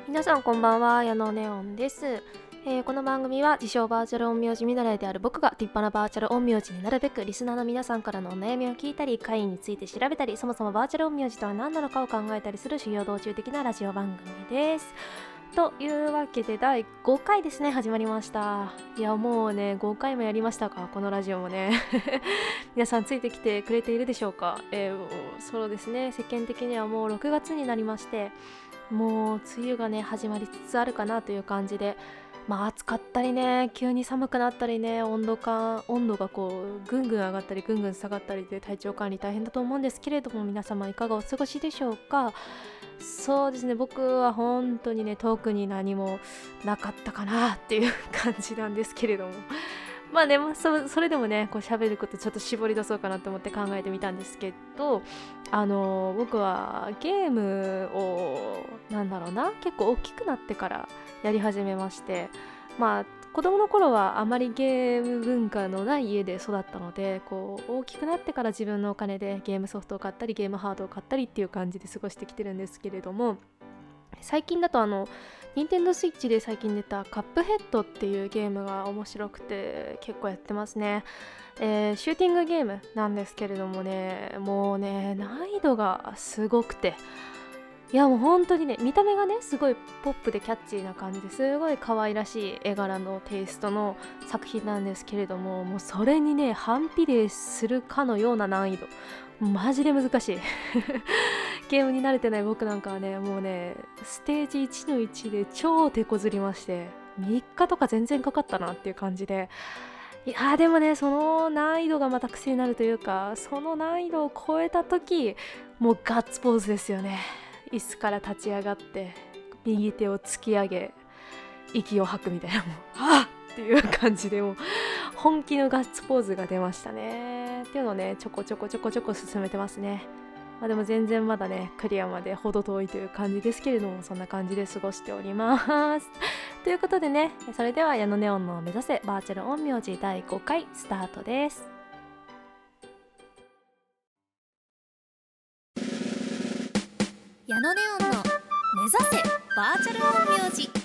皆さんこんばんは、矢野ネオンです。この番組は自称バーチャル陰陽師見習いである僕が立派なバーチャル陰陽師になるべくリスナーの皆さんからのお悩みを聞いたり、怪異について調べたり、そもそもバーチャル陰陽師とは何なのかを考えたりする修行道中的なラジオ番組です。というわけで第5回ですね、始まりました。いやもうね、5回もやりましたか、このラジオもね。皆さんついてきてくれているでしょうか。そうですね、世間的にはもう6月になりまして、もう梅雨がね始まりつつあるかなという感じで、暑かったりね、急に寒くなったりね、温度がこうぐんぐん上がったりぐんぐん下がったりで体調管理大変だと思うんですけれども、皆様いかがお過ごしでしょうか。そうですね、僕は本当にね特に何もなかったかなっていう感じなんですけれども、それでもねこう喋ることちょっと絞り出そうかなと思って考えてみたんですけど、僕はゲームを結構大きくなってからやり始めまして、子供の頃はあまりゲーム文化のない家で育ったので、こう大きくなってから自分のお金でゲームソフトを買ったりゲームハードを買ったりっていう感じで過ごしてきてるんですけれども、最近だと任天堂スイッチで最近出たカップヘッドっていうゲームが面白くて結構やってますね。シューティングゲームなんですけれどもね、もうね難易度がすごくて、いやもう本当にね見た目がねすごいポップでキャッチーな感じですごい可愛らしい絵柄のテイストの作品なんですけれども、もうそれにね反比例するかのような難易度、マジで難しい。ゲームに慣れてない僕なんかはね、もうねステージ1の1で超手こずりまして、3日とか全然かかったなっていう感じで、いやーでもねその難易度がまた癖になるというか、その難易度を超えた時もうガッツポーズですよね。椅子から立ち上がって右手を突き上げ息を吐くみたいな、もうはっっていう感じでもう本気のガッツポーズが出ましたねっていうのをねちょこちょこ進めてますね。でも全然まだねクリアまで程遠いという感じですけれども、そんな感じで過ごしておりますということでね、それでは矢野ネオンの目指せバーチャル陰陽師第5回スタートです。 矢野ネオンの目指せバーチャル陰陽師。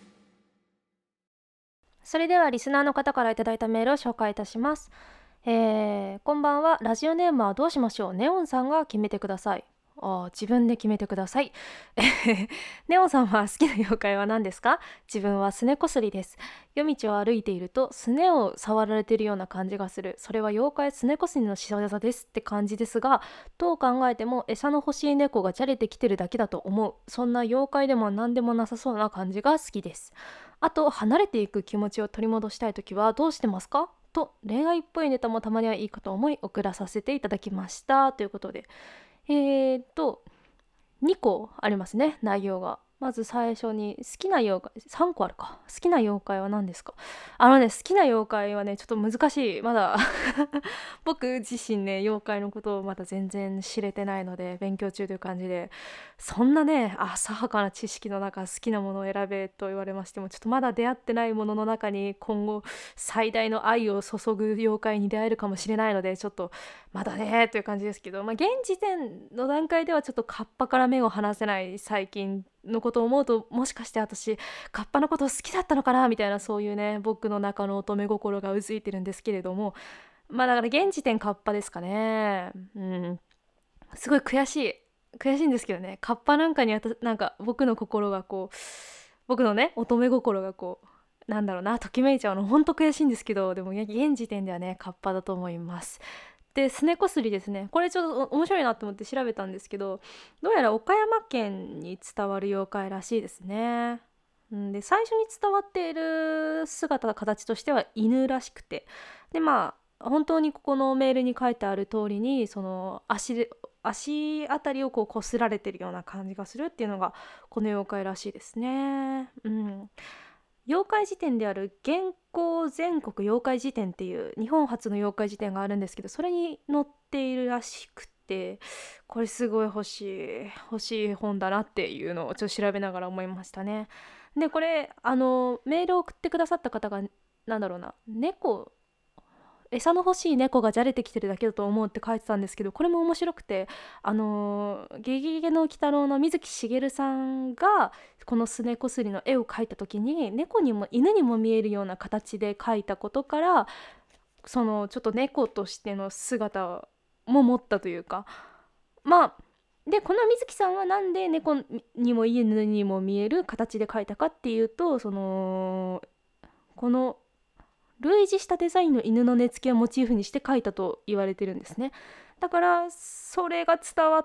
それではリスナーの方からいただいたメールを紹介いたします。こんばんは。ラジオネームはどうしましょう。ネオンさんが決めてください。自分で決めてください。ネオンさんは好きな妖怪は何ですか？自分はすねこすりです。夜道を歩いているとすねを触られているような感じがする。それは妖怪すねこすりの仕業ですって感じですが、どう考えても餌の欲しい猫がじゃれてきてるだけだと思う。そんな妖怪でも何でもなさそうな感じが好きです。あと、離れていく気持ちを取り戻したいときはどうしてますか？と恋愛っぽいネタもたまにはいいかと思い送らさせていただきましたということで、2個ありますね、内容が。まず最初に好きな妖怪、3個あるか。好きな妖怪は何ですか？好きな妖怪はねちょっと難しい、まだ僕自身ね妖怪のことをまだ全然知れてないので勉強中という感じで、そんなね浅はかな知識の中好きなものを選べと言われましても、ちょっとまだ出会ってないものの中に今後最大の愛を注ぐ妖怪に出会えるかもしれないので、ちょっとまだねという感じですけど、現時点の段階ではちょっとカッパから目を離せない最近のことを思うと、もしかして私カッパのこと好きだったのかなみたいな、そういうね僕の中の乙女心がうずいてるんですけれども、だから現時点カッパですかね。すごい悔しいんですけどね、カッパなんかになんか僕の心がこう、僕のね乙女心がこうときめいちゃうのほんと悔しいんですけど、でも現時点ではねカッパだと思います。で、すねこすりですね。これちょっと面白いなと思って調べたんですけど、どうやら岡山県に伝わる妖怪らしいですね。で、最初に伝わっている姿形としては犬らしくて、で本当にここのメールに書いてある通りに、その足あたりをこう擦られてるような感じがするっていうのがこの妖怪らしいですね。妖怪辞典である現行全国妖怪辞典っていう日本初の妖怪辞典があるんですけど、それに載っているらしくて、これすごい欲しい本だなっていうのをちょっと調べながら思いましたね。でこれメールを送ってくださった方が猫餌の欲しい猫がじゃれてきてるだけだと思うって書いてたんですけど、これも面白くて、ゲゲゲの鬼太郎の水木しげるさんがこのすねこすりの絵を描いた時に、猫にも犬にも見えるような形で描いたことから、そのちょっと猫としての姿も持ったというか、でこの水木さんはなんで猫にも犬にも見える形で描いたかっていうと、この類似したデザインの犬の寝つきをモチーフにして描いたと言われてるんですね。だからそれが伝わって、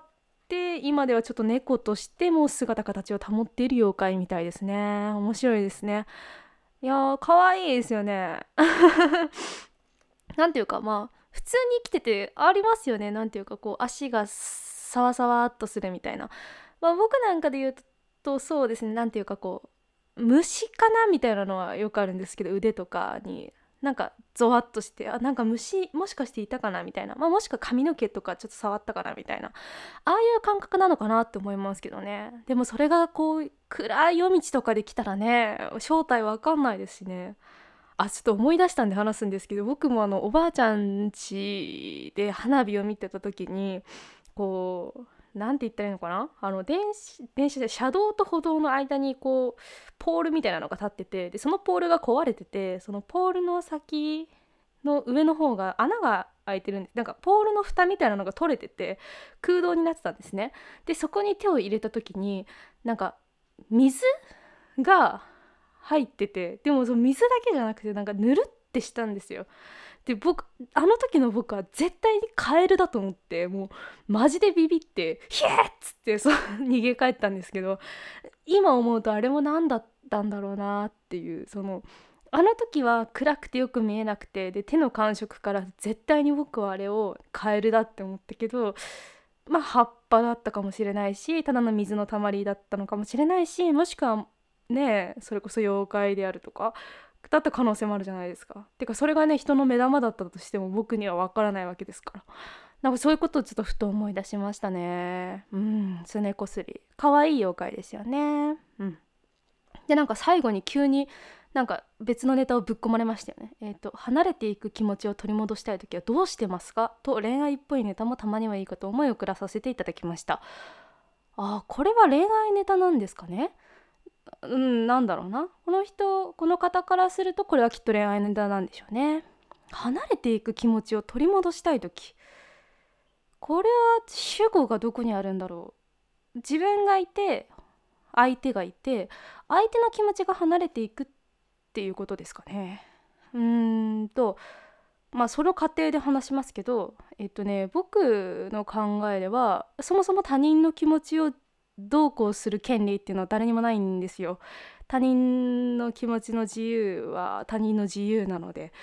今ではちょっと猫としても姿形を保っている妖怪みたいですね。面白いですね。いやー、可愛いですよね。なんていうか、普通に生きててありますよね。なんていうか、こう足がサワサワっとするみたいな。僕なんかで言うとそうですね、なんていうか、こう虫かなみたいなのはよくあるんですけど、腕とかになんかゾワッとして、なんか虫もしかしていたかなみたいな、もしくは髪の毛とかちょっと触ったかなみたいな、ああいう感覚なのかなって思いますけどね。でもそれがこう暗い夜道とかで来たらね、正体わかんないですしね。ちょっと思い出したんで話すんですけど、僕もおばあちゃん家で花火を見てた時に、こうなんて言ったらいいのかな、電車で車道と歩道の間にこうポールみたいなのが立ってて、でそのポールが壊れてて、そのポールの先の上の方が穴が開いてるんです。なんかポールの蓋みたいなのが取れてて空洞になってたんですね。でそこに手を入れた時に、なんか水が入ってて、でもその水だけじゃなくてなんかぬるってしたんですよ。であの時の僕は絶対にカエルだと思って、もうマジでビビってヒエーっつって逃げ帰ったんですけど、今思うとあれも何だったんだろうなっていう、あの時は暗くてよく見えなくて、で手の感触から絶対に僕はあれをカエルだって思ったけど、葉っぱだったかもしれないし、ただの水のたまりだったのかもしれないし、もしくはね、それこそ妖怪であるとかだった可能性もあるじゃないですか。てかそれがね、人の目玉だったとしても僕には分からないわけですから、なんかそういうことをちょっとふと思い出しましたね。すねこすり可愛い妖怪ですよね。でなんか最後に急になんか別のネタをぶっ込まれましたよね。離れていく気持ちを取り戻したい時はどうしてますかと恋愛っぽいネタもたまにはいいかと思い送らさせていただきました。これは恋愛ネタなんですかね。なんだろうな、この方からするとこれはきっと恋愛ネタなんでしょうね。離れていく気持ちを取り戻したい時、これは主語がどこにあるんだろう。自分がいて相手がいて、相手の気持ちが離れていくっていうことですかね。その過程で話しますけど、僕の考えではそもそも他人の気持ちをどうこうする権利っていうのは誰にもないんですよ。他人の気持ちの自由は他人の自由なので、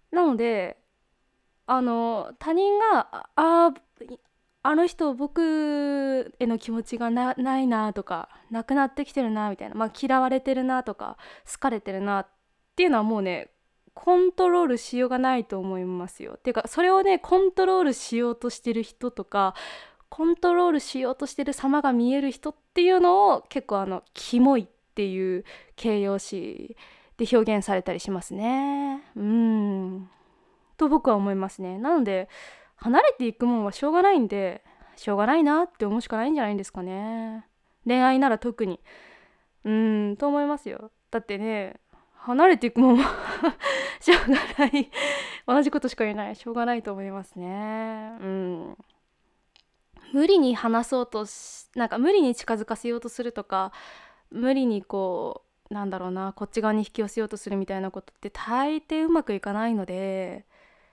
他人があの人僕への気持ちがないなとか、なくなってきてるなみたいな、嫌われてるなとか好かれてるなっていうのはもうね、コントロールしようがないと思いますよ。ていうかそれをね、コントロールしようとしてる人とか、コントロールしようとしてる様が見える人っていうのを結構キモいっていう形容詞で表現されたりしますね。と僕は思いますね。なので離れていくもんはしょうがないんで、しょうがないなって思うしかないんじゃないんですかね。恋愛なら特にと思いますよ。だってね、離れていくもんはしょうがない同じことしか言えない、しょうがないと思いますね。無理に話そうとなんか無理に近づかせようとするとか、無理にこっち側に引き寄せようとするみたいなことって大抵うまくいかないので、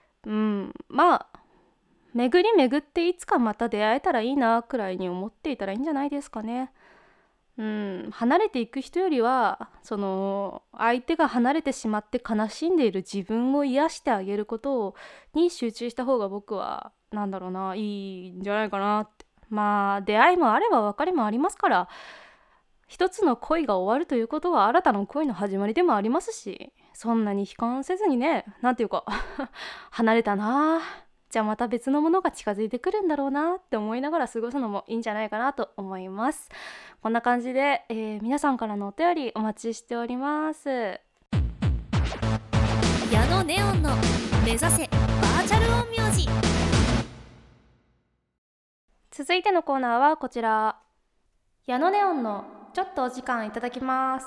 巡り巡っていつかまた出会えたらいいなくらいに思っていたらいいんじゃないですかね。離れていく人よりは、相手が離れてしまって悲しんでいる自分を癒してあげることに集中した方が僕はいいんじゃないかなって。出会いもあれば別れもありますから、一つの恋が終わるということは新たな恋の始まりでもありますし、そんなに悲観せずにね、離れたな、じゃあまた別のものが近づいてくるんだろうなって思いながら過ごすのもいいんじゃないかなと思います。こんな感じで、皆さんからのお便りお待ちしております。 矢野ネオンの目指せバル陰陽師。 続いてのコーナーはこちら、矢野ネオンのちょっとお時間いただきます。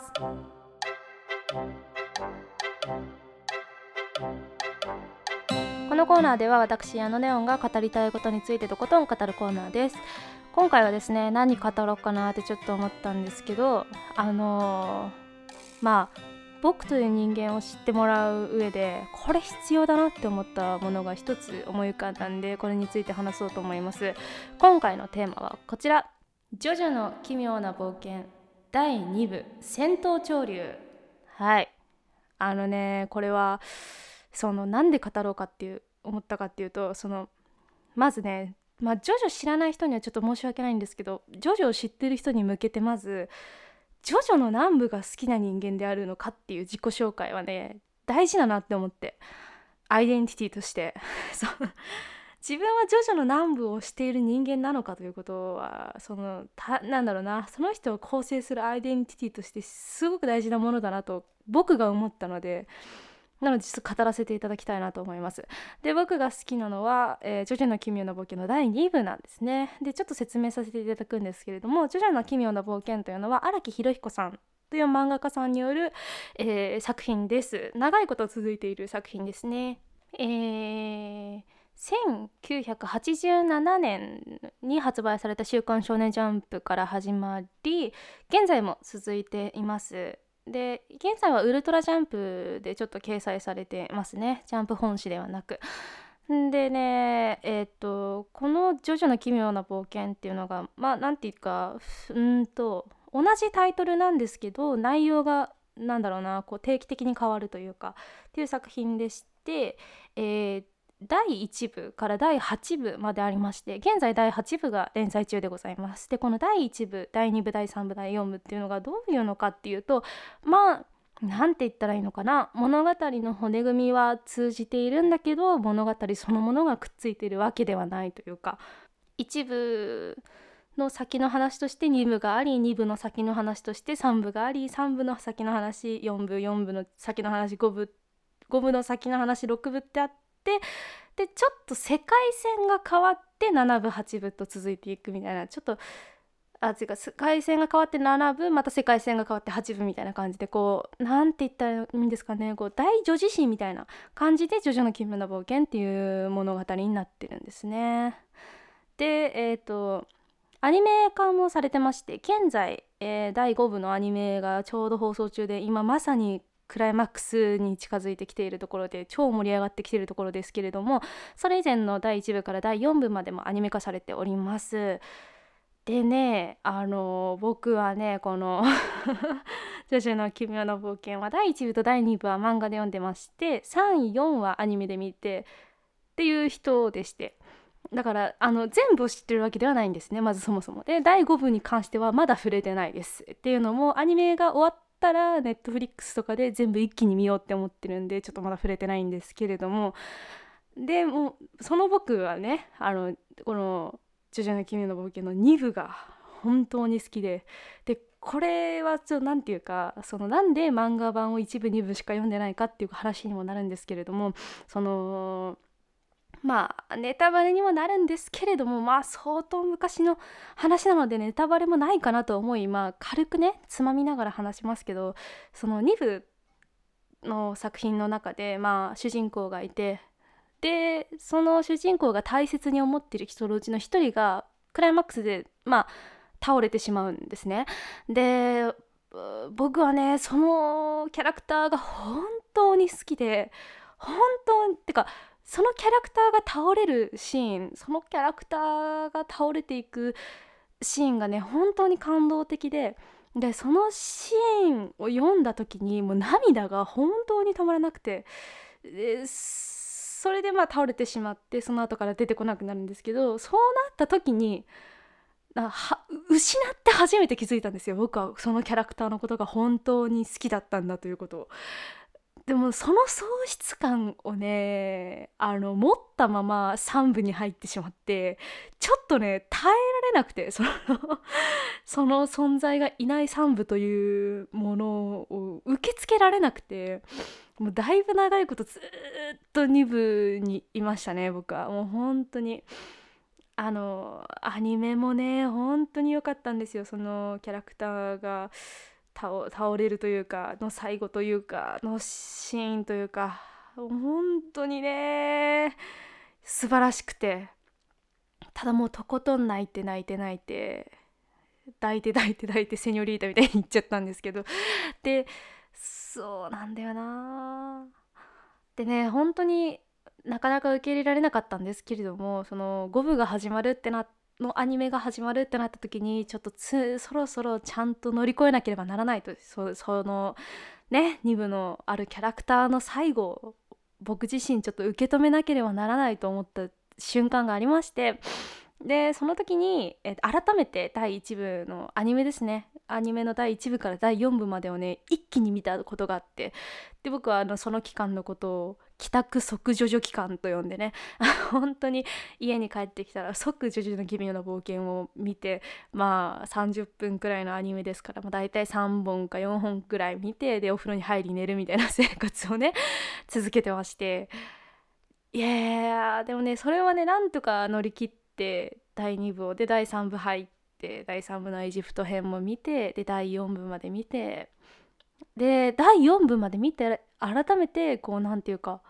このコーナーでは私矢野ネオンが語りたいことについてとことん語るコーナーです。今回はですね、何語ろうかなってちょっと思ったんですけど、僕という人間を知ってもらう上でこれ必要だなって思ったものが一つ思い浮かんだんで、これについて話そうと思います。今回のテーマはこちら、ジョジョの奇妙な冒険第2部戦闘潮流。はい、これはなんで語ろうかっていう思ったかっていうと、まずね、ジョジョ知らない人にはちょっと申し訳ないんですけど、ジョジョを知ってる人に向けてまずジョジョの何部が好きな人間であるのかっていう自己紹介はね、大事だなって思って、アイデンティティとして自分はジョジョの何部をしている人間なのかということは、なんだろうな、その人を構成するアイデンティティとしてすごく大事なものだなと僕が思ったので、なのでちょっと語らせていただきたいなと思います。で、僕が好きなのは、ジョジョの奇妙な冒険の第2部なんですね。で、ちょっと説明させていただくんですけれども、ジョジョの奇妙な冒険というのは荒木博彦さんという漫画家さんによる、作品です。長いこと続いている作品ですね。1987年に発売された週刊少年ジャンプから始まり、現在も続いています。で、現在はウルトラジャンプでちょっと掲載されてますね。ジャンプ本誌ではなく。でね、このジョジョの奇妙な冒険っていうのが、なんていうか、同じタイトルなんですけど、内容が定期的に変わるというかっていう作品でして、第1部から第8部までありまして、現在第8部が連載中でございます。で、この第1部、第2部、第3部、第4部っていうのがどういうのかっていうと、なんて言ったらいいのかな、物語の骨組みは通じているんだけど、物語そのものがくっついているわけではないというか、1部の先の話として2部があり、2部の先の話として3部があり、3部の先の話4部、4部の先の話5部、5部の先の話6部ってあって、でちょっと世界線が変わって7部8部と続いていくみたいな、ちょっと世界線が変わって7部、また世界線が変わって8部みたいな感じで、なんて言ったらいいんですかね、大女子誌みたいな感じでジョジョの奇妙な冒険っていう物語になってるんですね。で、アニメ化もされてまして、現在、第5部のアニメがちょうど放送中で、今まさにクライマックスに近づいてきているところで、超盛り上がってきているところですけれども、それ以前の第1部から第4部までもアニメ化されております。でね、僕はね、このジョジョの奇妙な冒険は第1部と第2部は漫画で読んでまして、3、4はアニメで見てっていう人でして、だから全部を知ってるわけではないんですね、まずそもそも。で、第5部に関してはまだ触れてないですっていうのも、アニメが終わったらネットフリックスとかで全部一気に見ようって思ってるんで、ちょっとまだ触れてないんですけれども、でもその僕はね、このジョジョの奇妙な冒険の2部が本当に好きで、これはなんていうか、なんで漫画版を1部2部しか読んでないかっていう話にもなるんですけれども、ネタバレにもなるんですけれども、相当昔の話なのでネタバレもないかなと思い、軽くねつまみながら話しますけど、その2部の作品の中で、主人公がいて、でその主人公が大切に思っている人のうちの一人がクライマックスで倒れてしまうんですね。で、僕はねそのキャラクターが本当に好きで、本当にてかそのキャラクターが倒れるシーン、そのキャラクターが倒れていくシーンがね本当に感動的で、そのシーンを読んだ時にもう涙が本当に止まらなくて、それで倒れてしまって、その後から出てこなくなるんですけど、そうなった時に失って初めて気づいたんですよ。僕はそのキャラクターのことが本当に好きだったんだということを。 でもその喪失感をね持ったまま3部に入ってしまって、ちょっとね耐えられなくて、その存在がいない3部というものを受け付けられなくて、もうだいぶ長いことずっと2部にいましたね。僕はもう本当にアニメもね本当に良かったんですよ。そのキャラクターが倒れるというかの最後というかのシーンというか、本当にね素晴らしくて、ただもうとことん泣いて抱いてセニョリータみたいに言っちゃったんですけど、でそうなんだよな。でね本当になかなか受け入れられなかったんですけれども、その5部が始まるってのアニメが始まるってなった時に、ちょっとそろそろちゃんと乗り越えなければならないと、そのね2部のあるキャラクターの最後を僕自身ちょっと受け止めなければならないと思った瞬間がありまして、でその時に、改めて第1部のアニメですね、アニメの第1部から第4部までをね一気に見たことがあって、で僕はその期間のことを帰宅即ジョジョ期間と呼んでね本当に家に帰ってきたら即ジョジョの奇妙な冒険を見て、まあ30分くらいのアニメですから、だいたい3本か4本くらい見て、でお風呂に入り寝るみたいな生活をね続けてまして、いやでもねそれはねなんとか乗り切って、第2部をで第3部入って、第3部のエジプト編も見て、で第4部まで見て、で第4部まで見て改めてこうなんていうか、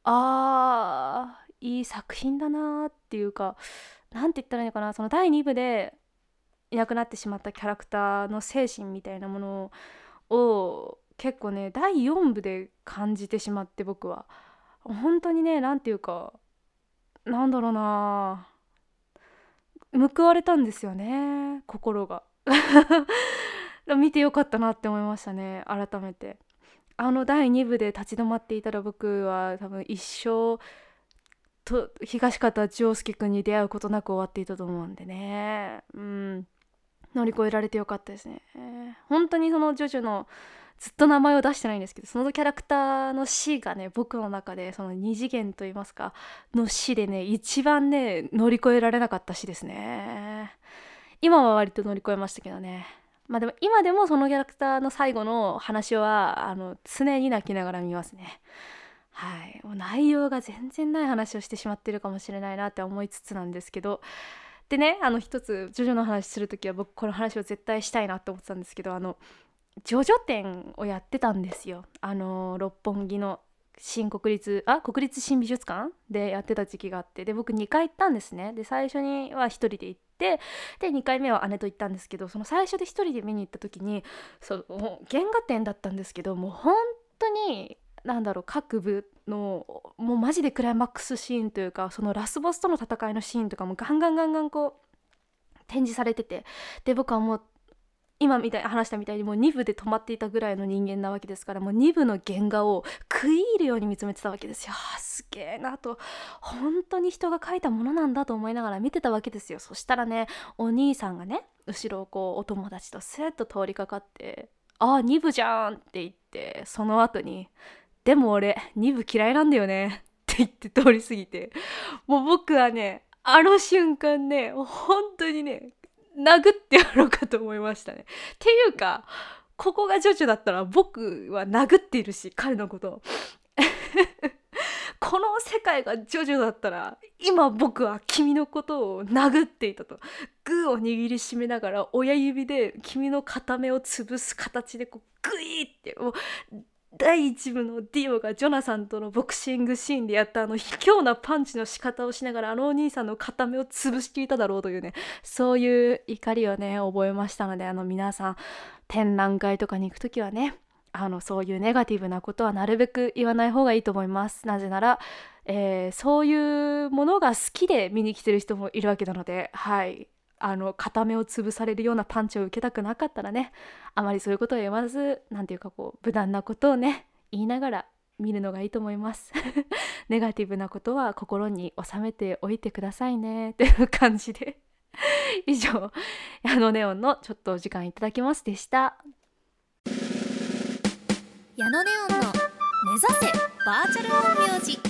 いい作品だなっていうか、なんて言ったらいいのかな、その第2部でいなくなってしまったキャラクターの精神みたいなものを結構ね第4部で感じてしまって、僕は本当にねなんていうか、なんだろうな、報われたんですよね、心が見てよかったなって思いましたね、改めて。第2部で立ち止まっていたら、僕は多分一生と東方丈介くんに出会うことなく終わっていたと思うんでね、乗り越えられてよかったですね。本当にそのジョジョのずっと名前を出してないんですけど、そのキャラクターの死がね僕の中でその二次元といいますかの死でね一番ね乗り越えられなかった死ですね。今は割と乗り越えましたけどね。でも今でもそのキャラクターの最後の話は常に泣きながら見ますね。はい、もう内容が全然ない話をしてしまってるかもしれないなって思いつつなんですけど、でね一つジョジョの話するときは僕この話を絶対したいなって思ってたんですけど、ジョジョ展をやってたんですよ。六本木の国立新美術館でやってた時期があって、で僕2回行ったんですね。で最初には1人で行って、で2回目は姉と行ったんですけど、その最初で1人で見に行った時に原画展だったんですけど、もう本当に各部のもうマジでクライマックスシーンというか、そのラスボスとの戦いのシーンとかもガンガンこう展示されてて、で僕はもう今話したみたいにもう2部で止まっていたぐらいの人間なわけですから、もう2部の原画を食い入るように見つめてたわけですよ。すげえなと、本当に人が描いたものなんだと思いながら見てたわけですよ。そしたらねお兄さんがね後ろをこうお友達とスーッと通りかかって、2部じゃんって言って、その後にでも俺2部嫌いなんだよねって言って通り過ぎて、もう僕はね瞬間ね本当にね殴ってやろうかと思いましたね。っていうかここがジョジョだったら僕は殴っているし、彼のことをこの世界がジョジョだったら今僕は君のことを殴っていたと、グーを握りしめながら親指で君の片目を潰す形でこうグイーって、もう第1部のディオがジョナサンとのボクシングシーンでやった卑怯なパンチの仕方をしながらお兄さんの片目を潰していただろうというね、そういう怒りをね覚えましたので、皆さん展覧会とかに行くときはねそういうネガティブなことはなるべく言わない方がいいと思います。なぜなら、そういうものが好きで見に来てる人もいるわけなので、はい片目を潰されるようなパンチを受けたくなかったらね、あまりそういうことを言わず、なんていうかこう無難なことをね言いながら見るのがいいと思いますネガティブなことは心に収めておいてくださいねという感じで以上ネオンのちょっとお時間いただきますでした。 矢野ネオンの目指せバーチャル陰陽師。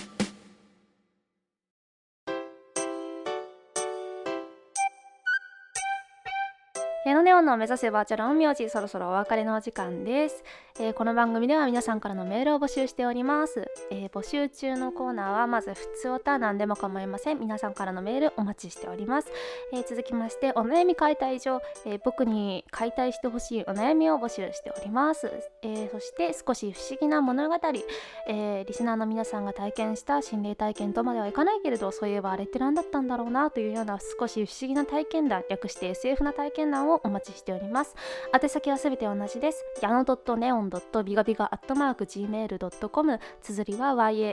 矢野ネオンの目指せバーチャル陰陽師、そろそろお別れのお時間です。この番組では皆さんからのメールを募集しております。募集中のコーナーはまずふつおた、何でも構いません。皆さんからのメールお待ちしております。続きましてお悩み解体上、僕に解体してほしいお悩みを募集しております。そして少し不思議な物語、リスナーの皆さんが体験した心霊体験とまではいかないけれど、そういえばあれって何だったんだろうなというような少し不思議な体験談、略して SF な体験談をお待ちしております。宛先はすべて同じです。やの.neon.bigabiga@gmail.com、 綴りは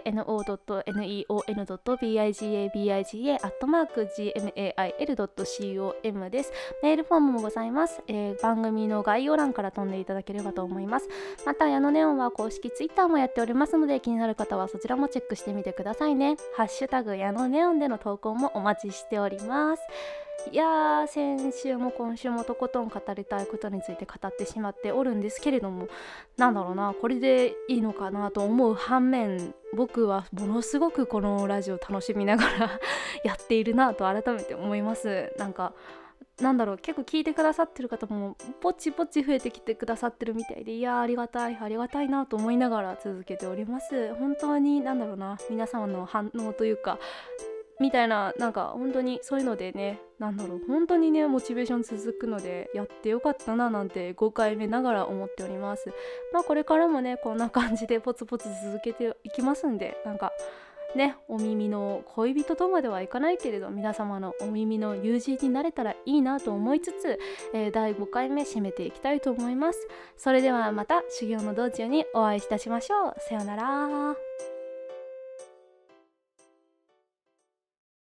yano.neon.bigabiga@gmail.com です。メールフォームもございます。番組の概要欄から飛んでいただければと思います。またやのネオンは公式ツイッターもやっておりますので、気になる方はそちらもチェックしてみてくださいね。ハッシュタグやのネオンでの投稿もお待ちしております。いやー、先週も今週もとことん語りたいことについて語ってしまっておるんですけれども、なんだろうな、これでいいのかなと思う反面、僕はものすごくこのラジオ楽しみながらやっているなと改めて思います。なんだろう、結構聞いてくださってる方もぼちぼち増えてきてくださってるみたいで、いやー、ありがたいなと思いながら続けております。本当になんだろうな、皆様の反応というかみたいな、本当にそういうのでね、本当にね、モチベーション続くので、やってよかったななんて5回目ながら思っております。これからもね、こんな感じでポツポツ続けていきますんで、お耳の恋人とまではいかないけれど、皆様のお耳の友人になれたらいいなと思いつつ、第5回目締めていきたいと思います。それではまた修行の道中にお会いいたしましょう。さようなら。